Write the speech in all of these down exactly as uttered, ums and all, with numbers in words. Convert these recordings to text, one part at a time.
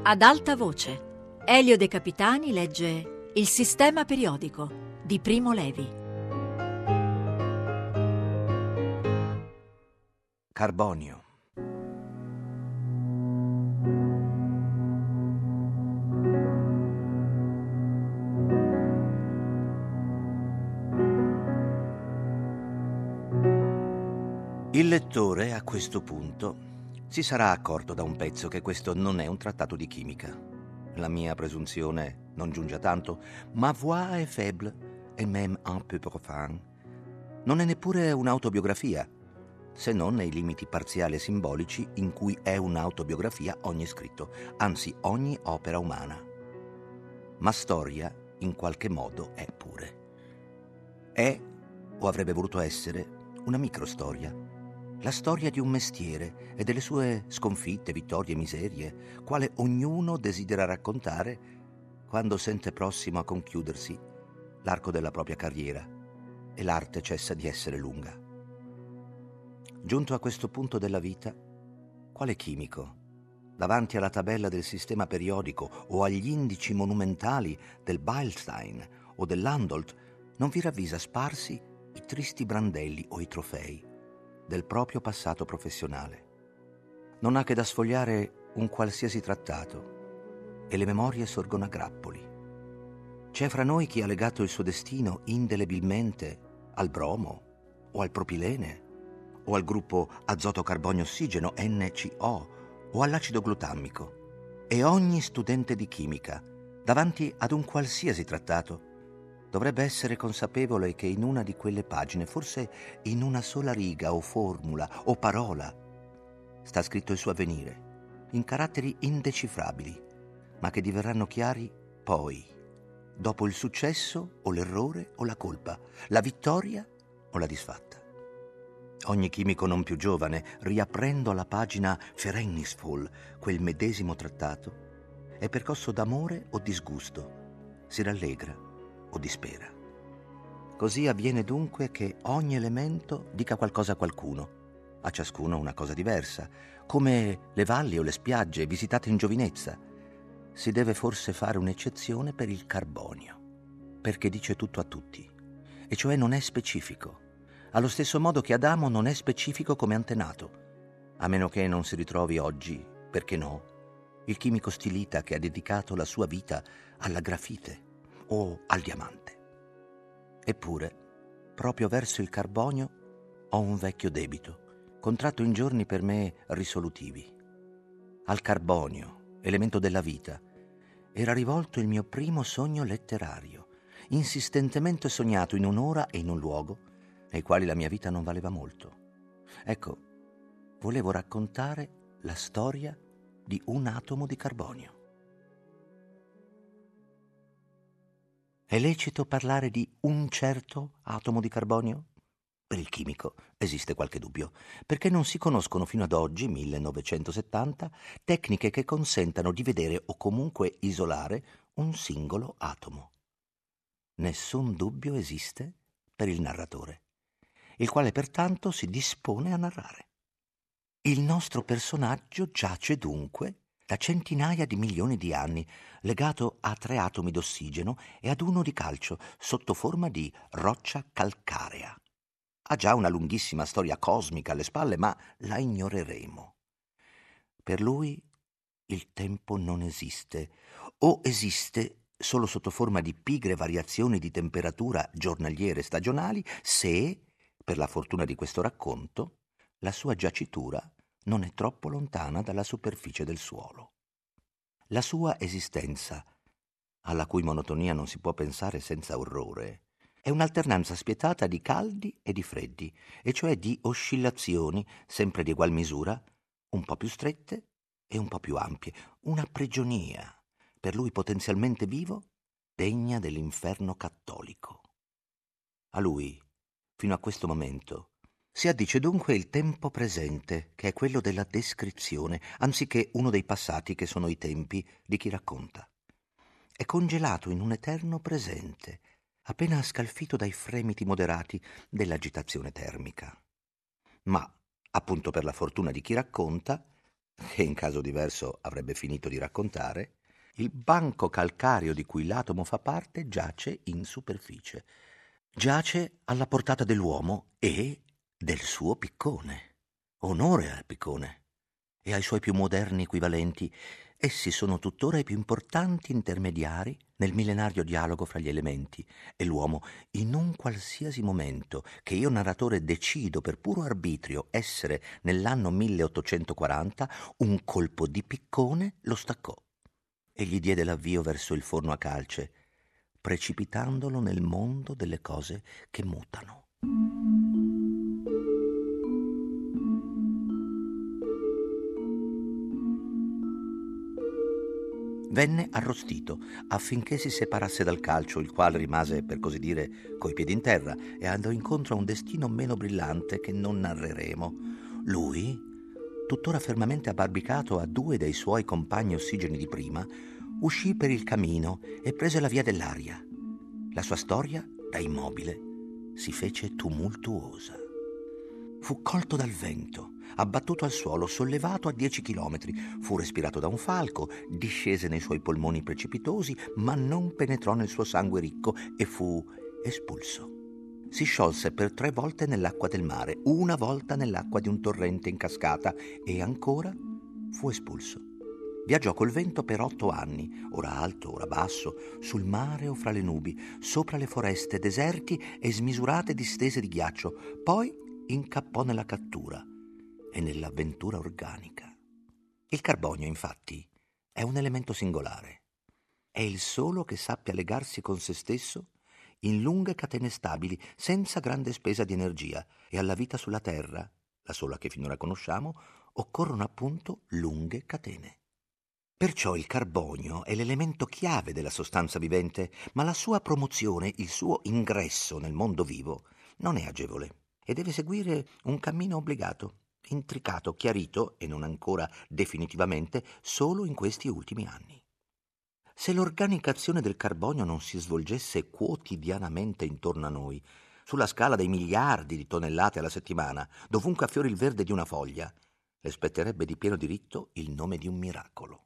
Ad alta voce, Elio De Capitani legge Il sistema periodico di Primo Levi. Carbonio. Il lettore, a questo punto, si sarà accorto da un pezzo che questo non è un trattato di chimica. La mia presunzione non giunge a tanto, ma voix est faible et même un peu profane. Non è neppure un'autobiografia, se non nei limiti parziali e simbolici in cui è un'autobiografia ogni scritto, anzi ogni opera umana. Ma storia, in qualche modo, è pure. È, o avrebbe voluto essere, una microstoria. La storia di un mestiere e delle sue sconfitte, vittorie e miserie, quale ognuno desidera raccontare quando sente prossimo a conchiudersi l'arco della propria carriera e l'arte cessa di essere lunga. Giunto a questo punto della vita, quale chimico, davanti alla tabella del sistema periodico o agli indici monumentali del Beilstein o dell'Andolt, non vi ravvisa sparsi i tristi brandelli o i trofei del proprio passato professionale. Non ha che da sfogliare un qualsiasi trattato e le memorie sorgono a grappoli. C'è fra noi chi ha legato il suo destino indelebilmente al bromo o al propilene o al gruppo azoto-carbonio-ossigeno N C O o all'acido glutammico. E ogni studente di chimica, davanti ad un qualsiasi trattato, dovrebbe essere consapevole che in una di quelle pagine, forse in una sola riga o formula o parola, sta scritto il suo avvenire, in caratteri indecifrabili, ma che diverranno chiari poi, dopo il successo o l'errore o la colpa, la vittoria o la disfatta. Ogni chimico non più giovane, riaprendo alla pagina Verhängnisvoll quel medesimo trattato, è percosso d'amore o disgusto, si rallegra o dispera. Così avviene dunque che ogni elemento dica qualcosa a qualcuno, a ciascuno una cosa diversa, come le valli o le spiagge visitate in giovinezza. Si deve forse fare un'eccezione per il carbonio, perché dice tutto a tutti, e cioè non è specifico, allo stesso modo che Adamo non è specifico come antenato, a meno che non si ritrovi oggi, perché no, il chimico stilita che ha dedicato la sua vita alla grafite o al diamante. Eppure, proprio verso il carbonio ho un vecchio debito, contratto in giorni per me risolutivi. Al carbonio, elemento della vita, era rivolto il mio primo sogno letterario, insistentemente sognato in un'ora e in un luogo nei quali la mia vita non valeva molto. Ecco, volevo raccontare la storia di un atomo di carbonio. È lecito parlare di un certo atomo di carbonio? Per il chimico esiste qualche dubbio, perché non si conoscono fino ad oggi, millenovecentosettanta, tecniche che consentano di vedere o comunque isolare un singolo atomo. Nessun dubbio esiste per il narratore, il quale pertanto si dispone a narrare. Il nostro personaggio giace dunque da centinaia di milioni di anni, legato a tre atomi d'ossigeno e ad uno di calcio, sotto forma di roccia calcarea. Ha già una lunghissima storia cosmica alle spalle, ma la ignoreremo. Per lui il tempo non esiste, o esiste solo sotto forma di pigre variazioni di temperatura giornaliere e stagionali, se, per la fortuna di questo racconto, la sua giacitura non è troppo lontana dalla superficie del suolo. La sua esistenza, alla cui monotonia non si può pensare senza orrore, è un'alternanza spietata di caldi e di freddi, e cioè di oscillazioni, sempre di egual misura, un po' più strette e un po' più ampie, una prigionia, per lui potenzialmente vivo, degna dell'inferno cattolico. A lui, fino a questo momento, si addice dunque il tempo presente, che è quello della descrizione, anziché uno dei passati, che sono i tempi di chi racconta. È congelato in un eterno presente, appena scalfito dai fremiti moderati dell'agitazione termica. Ma, appunto per la fortuna di chi racconta, che in caso diverso avrebbe finito di raccontare, il banco calcareo di cui l'atomo fa parte giace in superficie. Giace alla portata dell'uomo e del suo piccone. Onore al piccone e ai suoi più moderni equivalenti. Essi sono tuttora i più importanti intermediari nel millenario dialogo fra gli elementi e l'uomo. In un qualsiasi momento che io narratore decido per puro arbitrio essere nell'anno milleottocentoquaranta, un colpo di piccone lo staccò e gli diede l'avvio verso il forno a calce, precipitandolo nel mondo delle cose che mutano. Venne arrostito affinché si separasse dal calcio, il quale rimase, per così dire, coi piedi in terra e andò incontro a un destino meno brillante che non narreremo. Lui, tuttora fermamente abbarbicato a due dei suoi compagni ossigeni di prima, uscì per il camino e prese la via dell'aria. La sua storia, da immobile, si fece tumultuosa. Fu colto dal vento, abbattuto al suolo, sollevato a dieci chilometri, fu respirato da un falco, discese nei suoi polmoni precipitosi, ma non penetrò nel suo sangue ricco e fu espulso. Si sciolse per tre volte nell'acqua del mare, una volta nell'acqua di un torrente in cascata e ancora fu espulso. Viaggiò col vento per otto anni, ora alto, ora basso, sul mare o fra le nubi, sopra le foreste, deserti e smisurate distese di ghiaccio, poi incappò nella cattura e nell'avventura organica. Il carbonio, infatti, è un elemento singolare. È il solo che sappia legarsi con se stesso in lunghe catene stabili, senza grande spesa di energia, e alla vita sulla Terra, la sola che finora conosciamo, occorrono appunto lunghe catene. Perciò il carbonio è l'elemento chiave della sostanza vivente, ma la sua promozione, il suo ingresso nel mondo vivo, non è agevole e deve seguire un cammino obbligato, intricato, chiarito, e non ancora definitivamente, solo in questi ultimi anni. Se l'organicazione del carbonio non si svolgesse quotidianamente intorno a noi, sulla scala dei miliardi di tonnellate alla settimana, dovunque affiori il verde di una foglia, le spetterebbe di pieno diritto il nome di un miracolo.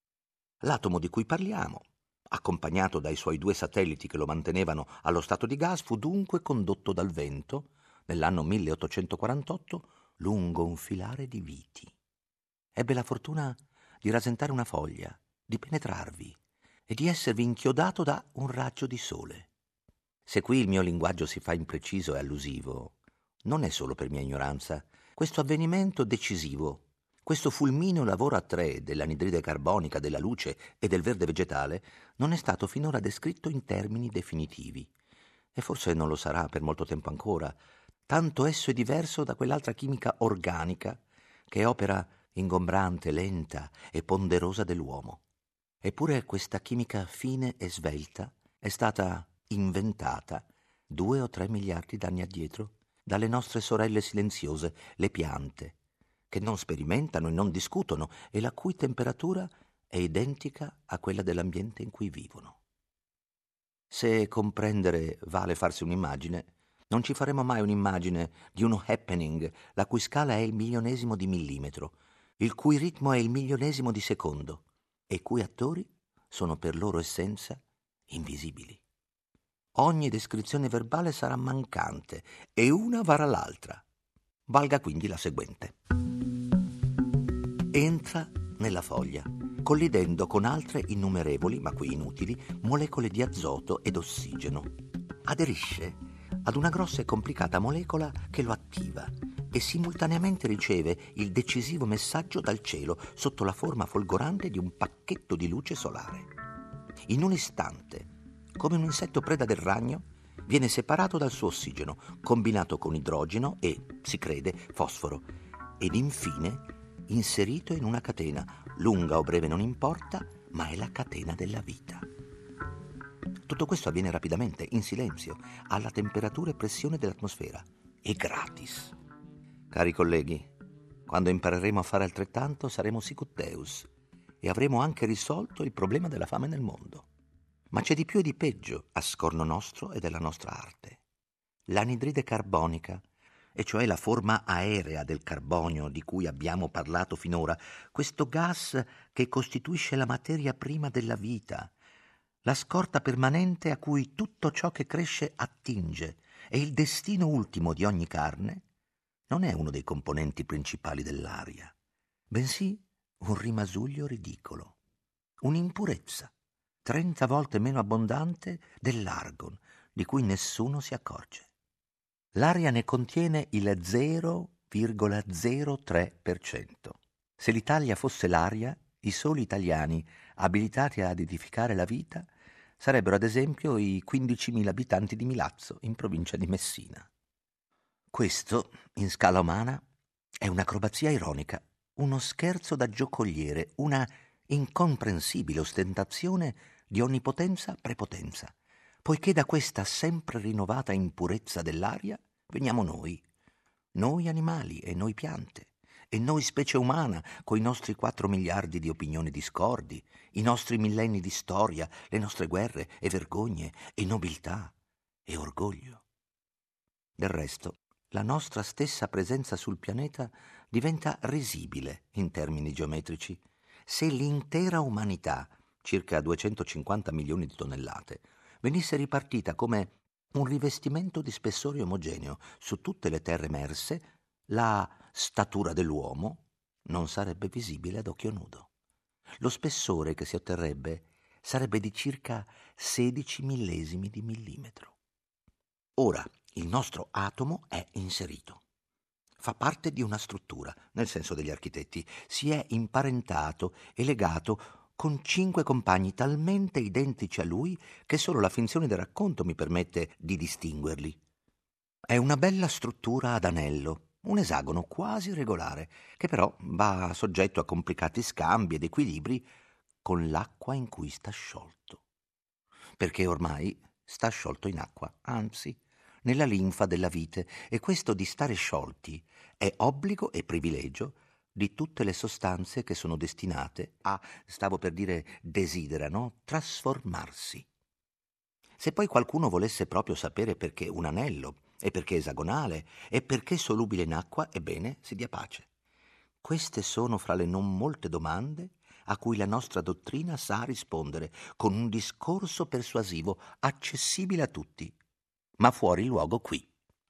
L'atomo di cui parliamo, accompagnato dai suoi due satelliti che lo mantenevano allo stato di gas, fu dunque condotto dal vento, nell'anno milleottocentoquarantotto, lungo un filare di viti. Ebbe la fortuna di rasentare una foglia, di penetrarvi e di esservi inchiodato da un raggio di sole. Se qui il mio linguaggio si fa impreciso e allusivo, non è solo per mia ignoranza. Questo avvenimento decisivo, questo fulmineo lavoro a tre dell'anidride carbonica, della luce e del verde vegetale, non è stato finora descritto in termini definitivi. E forse non lo sarà per molto tempo ancora, tanto esso è diverso da quell'altra chimica organica che è opera ingombrante, lenta e ponderosa dell'uomo. Eppure questa chimica fine e svelta è stata inventata due o tre miliardi d'anni addietro dalle nostre sorelle silenziose, le piante, che non sperimentano e non discutono e la cui temperatura è identica a quella dell'ambiente in cui vivono. Se comprendere vale farsi un'immagine, non ci faremo mai un'immagine di uno happening la cui scala è il milionesimo di millimetro, il cui ritmo è il milionesimo di secondo e i cui attori sono per loro essenza invisibili. Ogni descrizione verbale sarà mancante e una varrà l'altra. Valga quindi la seguente. Entra nella foglia, collidendo con altre innumerevoli, ma qui inutili, molecole di azoto ed ossigeno. Aderisce ad una grossa e complicata molecola che lo attiva e simultaneamente riceve il decisivo messaggio dal cielo sotto la forma folgorante di un pacchetto di luce solare. In un istante, come un insetto preda del ragno, viene separato dal suo ossigeno, combinato con idrogeno e, si crede, fosforo, ed infine inserito in una catena, lunga o breve non importa, ma è la catena della vita. Tutto questo avviene rapidamente, in silenzio, alla temperatura e pressione dell'atmosfera, e gratis. Cari colleghi, quando impareremo a fare altrettanto saremo sicut Deus e avremo anche risolto il problema della fame nel mondo. Ma c'è di più e di peggio a scorno nostro e della nostra arte. L'anidride carbonica e cioè la forma aerea del carbonio di cui abbiamo parlato finora, questo gas che costituisce la materia prima della vita, la scorta permanente a cui tutto ciò che cresce attinge, e il destino ultimo di ogni carne, non è uno dei componenti principali dell'aria, bensì un rimasuglio ridicolo, un'impurezza, trenta volte meno abbondante dell'argon, di cui nessuno si accorge. L'aria ne contiene il zero virgola zero tre per cento. Se l'Italia fosse l'aria, i soli italiani abilitati ad edificare la vita sarebbero ad esempio i quindicimila abitanti di Milazzo, in provincia di Messina. Questo, in scala umana, è un'acrobazia ironica, uno scherzo da giocoliere, una incomprensibile ostentazione di onnipotenza-prepotenza, poiché da questa sempre rinnovata impurezza dell'aria veniamo noi, noi animali e noi piante, e noi specie umana coi nostri quattro miliardi di opinioni discordi, i nostri millenni di storia, le nostre guerre e vergogne e nobiltà e orgoglio. Del resto, la nostra stessa presenza sul pianeta diventa risibile in termini geometrici se l'intera umanità, circa duecentocinquanta milioni di tonnellate, venisse ripartita come un rivestimento di spessore omogeneo su tutte le terre emerse, la statura dell'uomo non sarebbe visibile ad occhio nudo. Lo spessore che si otterrebbe sarebbe di circa sedici millesimi di millimetro. Ora, il nostro atomo è inserito. Fa parte di una struttura, nel senso degli architetti. Si è imparentato e legato con cinque compagni talmente identici a lui che solo la finzione del racconto mi permette di distinguerli. È una bella struttura ad anello, un esagono quasi regolare, che però va soggetto a complicati scambi ed equilibri con l'acqua in cui sta sciolto. Perché ormai sta sciolto in acqua, anzi, nella linfa della vite, e questo di stare sciolti è obbligo e privilegio di tutte le sostanze che sono destinate a, stavo per dire desiderano, trasformarsi. Se poi qualcuno volesse proprio sapere perché un anello, e perché esagonale, e perché solubile in acqua, ebbene, si dia pace. Queste sono fra le non molte domande a cui la nostra dottrina sa rispondere con un discorso persuasivo accessibile a tutti, ma fuori luogo qui.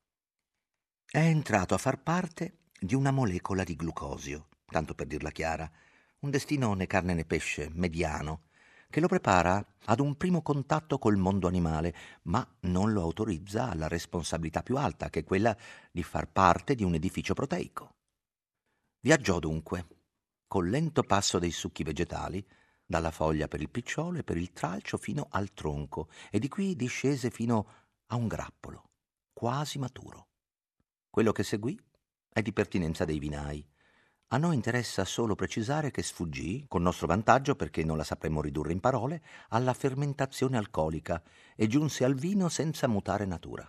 È entrato a far parte di una molecola di glucosio, tanto per dirla chiara, un destino né carne né pesce, mediano, che lo prepara ad un primo contatto col mondo animale, ma non lo autorizza alla responsabilità più alta, che è quella di far parte di un edificio proteico. Viaggiò dunque, col lento passo dei succhi vegetali, dalla foglia per il picciolo e per il tralcio fino al tronco, e di qui discese fino a un grappolo, quasi maturo. Quello che seguì è di pertinenza dei vinai. A noi interessa solo precisare che sfuggì, con nostro vantaggio perché non la sapremo ridurre in parole, alla fermentazione alcolica e giunse al vino senza mutare natura.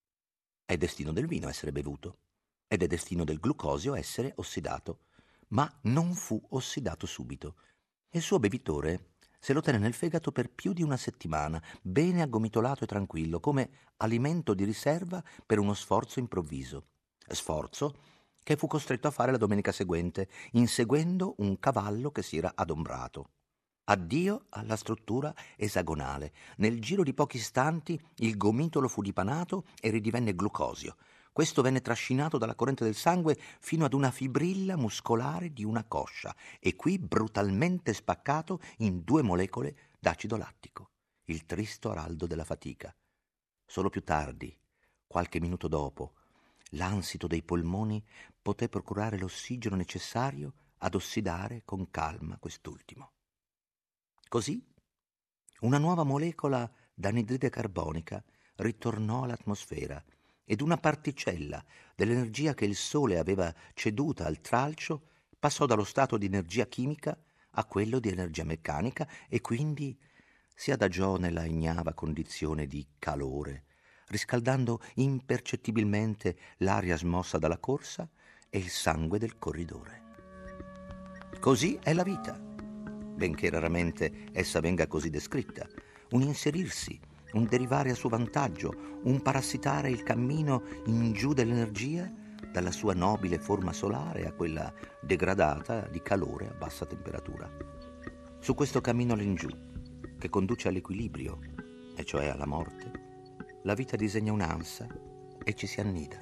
È destino del vino essere bevuto ed è destino del glucosio essere ossidato, ma non fu ossidato subito. Il suo bevitore se lo tenne nel fegato per più di una settimana, bene aggomitolato e tranquillo, come alimento di riserva per uno sforzo improvviso. Sforzo che fu costretto a fare la domenica seguente, inseguendo un cavallo che si era adombrato. Addio alla struttura esagonale. Nel giro di pochi istanti il gomitolo fu dipanato e ridivenne glucosio. Questo venne trascinato dalla corrente del sangue fino ad una fibrilla muscolare di una coscia e qui brutalmente spaccato in due molecole d'acido lattico, il tristo araldo della fatica. Solo più tardi, qualche minuto dopo, l'ansito dei polmoni poté procurare l'ossigeno necessario ad ossidare con calma quest'ultimo. Così una nuova molecola d'anidride carbonica ritornò all'atmosfera ed una particella dell'energia che il Sole aveva ceduta al tralcio passò dallo stato di energia chimica a quello di energia meccanica e quindi si adagiò nella ignava condizione di calore, riscaldando impercettibilmente l'aria smossa dalla corsa e il sangue del corridore. Così è la vita, benché raramente essa venga così descritta, un inserirsi, un derivare a suo vantaggio, un parassitare il cammino in giù dell'energia dalla sua nobile forma solare a quella degradata di calore a bassa temperatura. Su questo cammino all'ingiù, che conduce all'equilibrio, e cioè alla morte, la vita disegna un'ansa e ci si annida.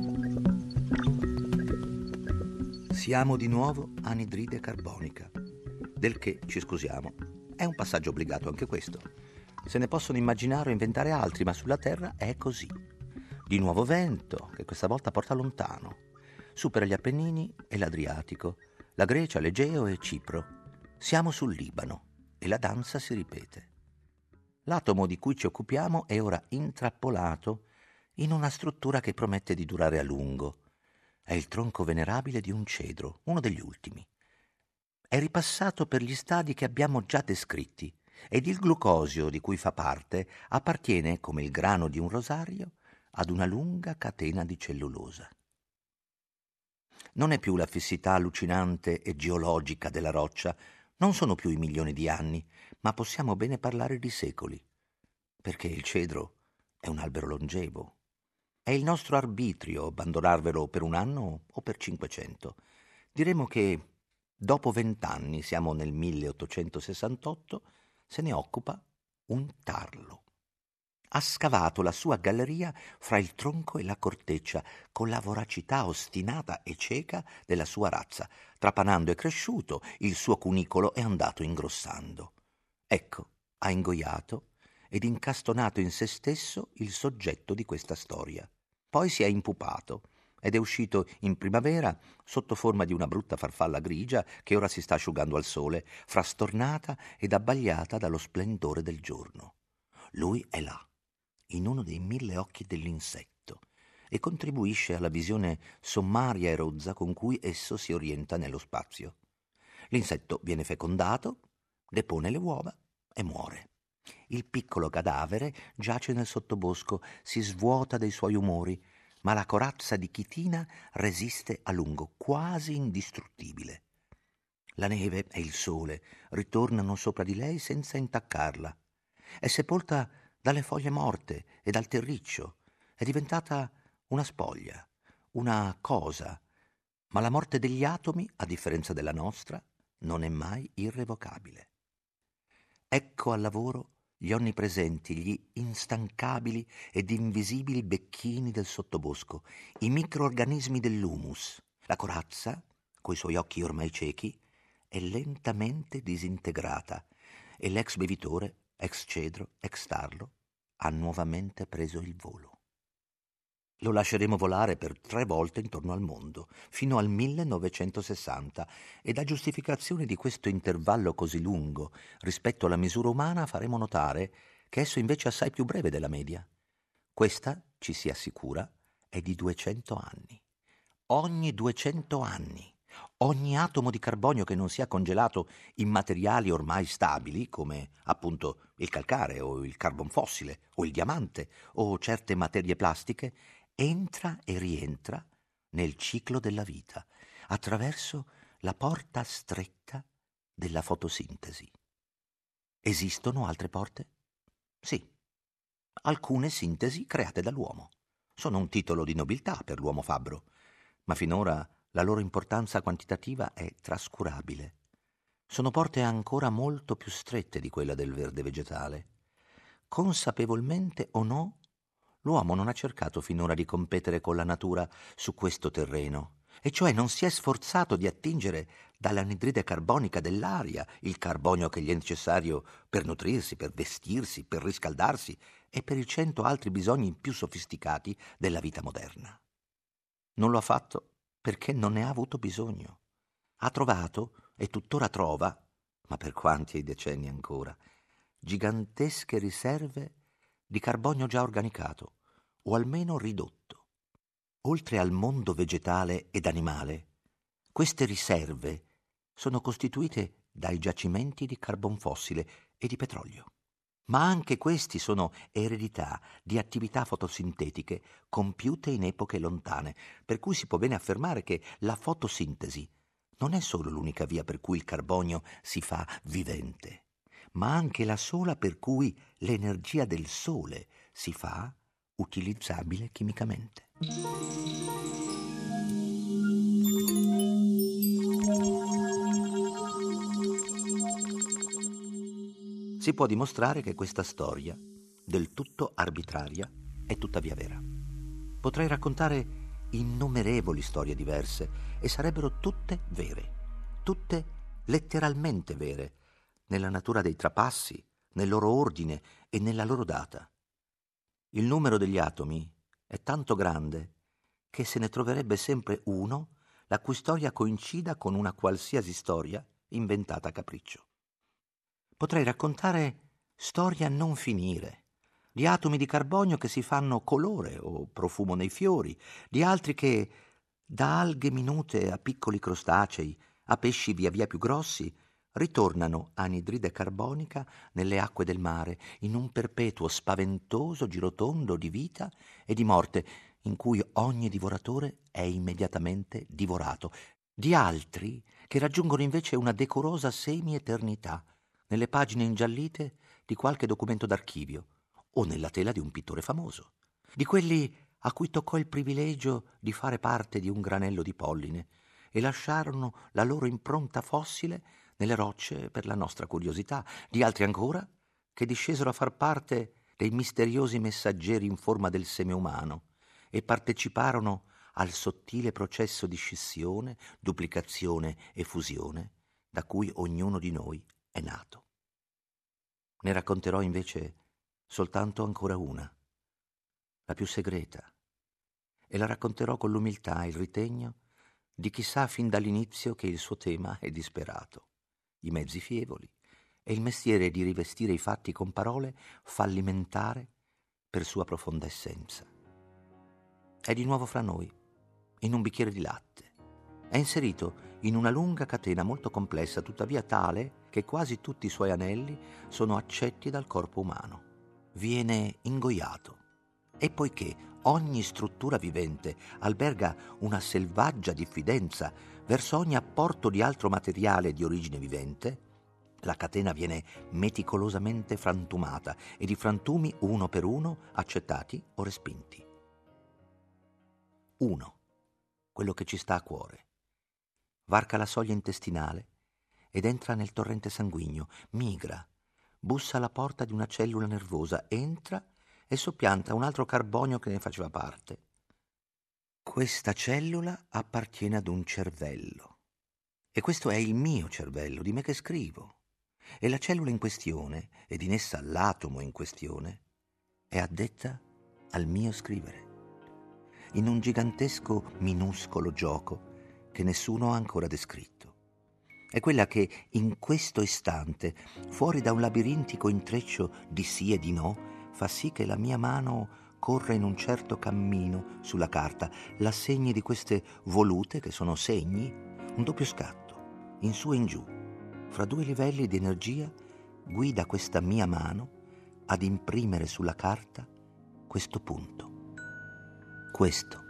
Siamo di nuovo anidride carbonica, del che ci scusiamo. È un passaggio obbligato anche questo. Se ne possono immaginare o inventare altri, ma sulla Terra è così. Di nuovo vento, che questa volta porta lontano. Supera gli Appennini e l'Adriatico, la Grecia, l'Egeo e Cipro. Siamo sul Libano e la danza si ripete. L'atomo di cui ci occupiamo è ora intrappolato in una struttura che promette di durare a lungo. È il tronco venerabile di un cedro, uno degli ultimi. È ripassato per gli stadi che abbiamo già descritti ed il glucosio di cui fa parte appartiene, come il grano di un rosario, ad una lunga catena di cellulosa. Non è più la fissità allucinante e geologica della roccia, non sono più i milioni di anni, ma possiamo bene parlare di secoli, perché il cedro è un albero longevo. È il nostro arbitrio abbandonarvelo per un anno o per cinquecento. Diremo che dopo vent'anni, siamo nel milleottocentosessantotto, se ne occupa un tarlo. Ha scavato la sua galleria fra il tronco e la corteccia con la voracità ostinata e cieca della sua razza. Trapanando è cresciuto, il suo cunicolo è andato ingrossando. Ecco, ha ingoiato ed incastonato in se stesso il soggetto di questa storia. Poi si è impupato ed è uscito in primavera sotto forma di una brutta farfalla grigia che ora si sta asciugando al sole, frastornata ed abbagliata dallo splendore del giorno. Lui è là, in uno dei mille occhi dell'insetto, e contribuisce alla visione sommaria e rozza con cui esso si orienta nello spazio. L'insetto viene fecondato, depone le uova e muore. Il piccolo cadavere giace nel sottobosco, si svuota dei suoi umori, ma la corazza di chitina resiste a lungo, quasi indistruttibile. La neve e il sole ritornano sopra di lei senza intaccarla. È sepolta dalle foglie morte e dal terriccio. È diventata una spoglia, una cosa. Ma la morte degli atomi, a differenza della nostra, non è mai irrevocabile. Ecco al lavoro gli onnipresenti, gli instancabili ed invisibili becchini del sottobosco, i microorganismi dell'humus. La corazza, coi suoi occhi ormai ciechi, è lentamente disintegrata e l'ex bevitore, ex cedro, ex tarlo, ha nuovamente preso il volo. Lo lasceremo volare per tre volte intorno al mondo, fino al millenovecentosessanta, ed a giustificazione di questo intervallo così lungo rispetto alla misura umana faremo notare che esso invece è assai più breve della media. Questa, ci si assicura, è di duecento anni. Ogni duecento anni, ogni atomo di carbonio che non sia congelato in materiali ormai stabili, come appunto il calcare o il carbon fossile o il diamante o certe materie plastiche, entra e rientra nel ciclo della vita attraverso la porta stretta della fotosintesi. Esistono altre porte? Sì, alcune sintesi create dall'uomo. Sono un titolo di nobiltà per l'uomo fabbro, ma finora la loro importanza quantitativa è trascurabile. Sono porte ancora molto più strette di quella del verde vegetale. Consapevolmente o no, l'uomo non ha cercato finora di competere con la natura su questo terreno, e cioè non si è sforzato di attingere dall'anidride carbonica dell'aria il carbonio che gli è necessario per nutrirsi, per vestirsi, per riscaldarsi e per i cento altri bisogni più sofisticati della vita moderna. Non lo ha fatto perché non ne ha avuto bisogno. Ha trovato, e tuttora trova, ma per quanti decenni ancora, gigantesche riserve di carbonio già organicato, o almeno ridotto. Oltre al mondo vegetale ed animale, queste riserve sono costituite dai giacimenti di carbon fossile e di petrolio. Ma anche questi sono eredità di attività fotosintetiche compiute in epoche lontane, per cui si può bene affermare che la fotosintesi non è solo l'unica via per cui il carbonio si fa vivente, ma anche la sola per cui l'energia del sole si fa utilizzabile chimicamente. si può dimostrare che questa storia, del tutto arbitraria, è tuttavia vera. Potrei raccontare innumerevoli storie diverse e sarebbero tutte vere, tutte letteralmente vere, nella natura dei trapassi, nel loro ordine e nella loro data. Il numero degli atomi è tanto grande che se ne troverebbe sempre uno la cui storia coincida con una qualsiasi storia inventata a capriccio. Potrei raccontare storie a non finire, di atomi di carbonio che si fanno colore o profumo nei fiori, di altri che, da alghe minute a piccoli crostacei, a pesci via via più grossi, ritornano anidride carbonica nelle acque del mare in un perpetuo spaventoso girotondo di vita e di morte in cui ogni divoratore è immediatamente divorato, di altri che raggiungono invece una decorosa semi-eternità nelle pagine ingiallite di qualche documento d'archivio o nella tela di un pittore famoso, di quelli a cui toccò il privilegio di fare parte di un granello di polline e lasciarono la loro impronta fossile nelle rocce per la nostra curiosità, di altri ancora che discesero a far parte dei misteriosi messaggeri in forma del seme umano e parteciparono al sottile processo di scissione, duplicazione e fusione da cui ognuno di noi è nato. Ne racconterò invece soltanto ancora una, la più segreta, e la racconterò con l'umiltà e il ritegno di chi sa fin dall'inizio che il suo tema è disperato, i mezzi fievoli e il mestiere di rivestire i fatti con parole fallimentare per sua profonda essenza. È di nuovo fra noi, in un bicchiere di latte. È inserito in una lunga catena molto complessa, tuttavia tale che quasi tutti i suoi anelli sono accetti dal corpo umano. Viene ingoiato e poiché ogni struttura vivente alberga una selvaggia diffidenza verso ogni apporto di altro materiale di origine vivente, la catena viene meticolosamente frantumata ed i frantumi uno per uno accettati o respinti. Uno, quello che ci sta a cuore, varca la soglia intestinale ed entra nel torrente sanguigno, migra, bussa alla porta di una cellula nervosa, entra e soppianta un altro carbonio che ne faceva parte. Questa cellula appartiene ad un cervello e questo è il mio cervello, di me che scrivo, e la cellula in questione, ed in essa l'atomo in questione, è addetta al mio scrivere, in un gigantesco minuscolo gioco che nessuno ha ancora descritto. È quella che in questo istante, fuori da un labirintico intreccio di sì e di no, fa sì che la mia mano corra in un certo cammino sulla carta, la segni di queste volute che sono segni, un doppio scatto, in su e in giù, fra due livelli di energia, guida questa mia mano ad imprimere sulla carta questo punto. Questo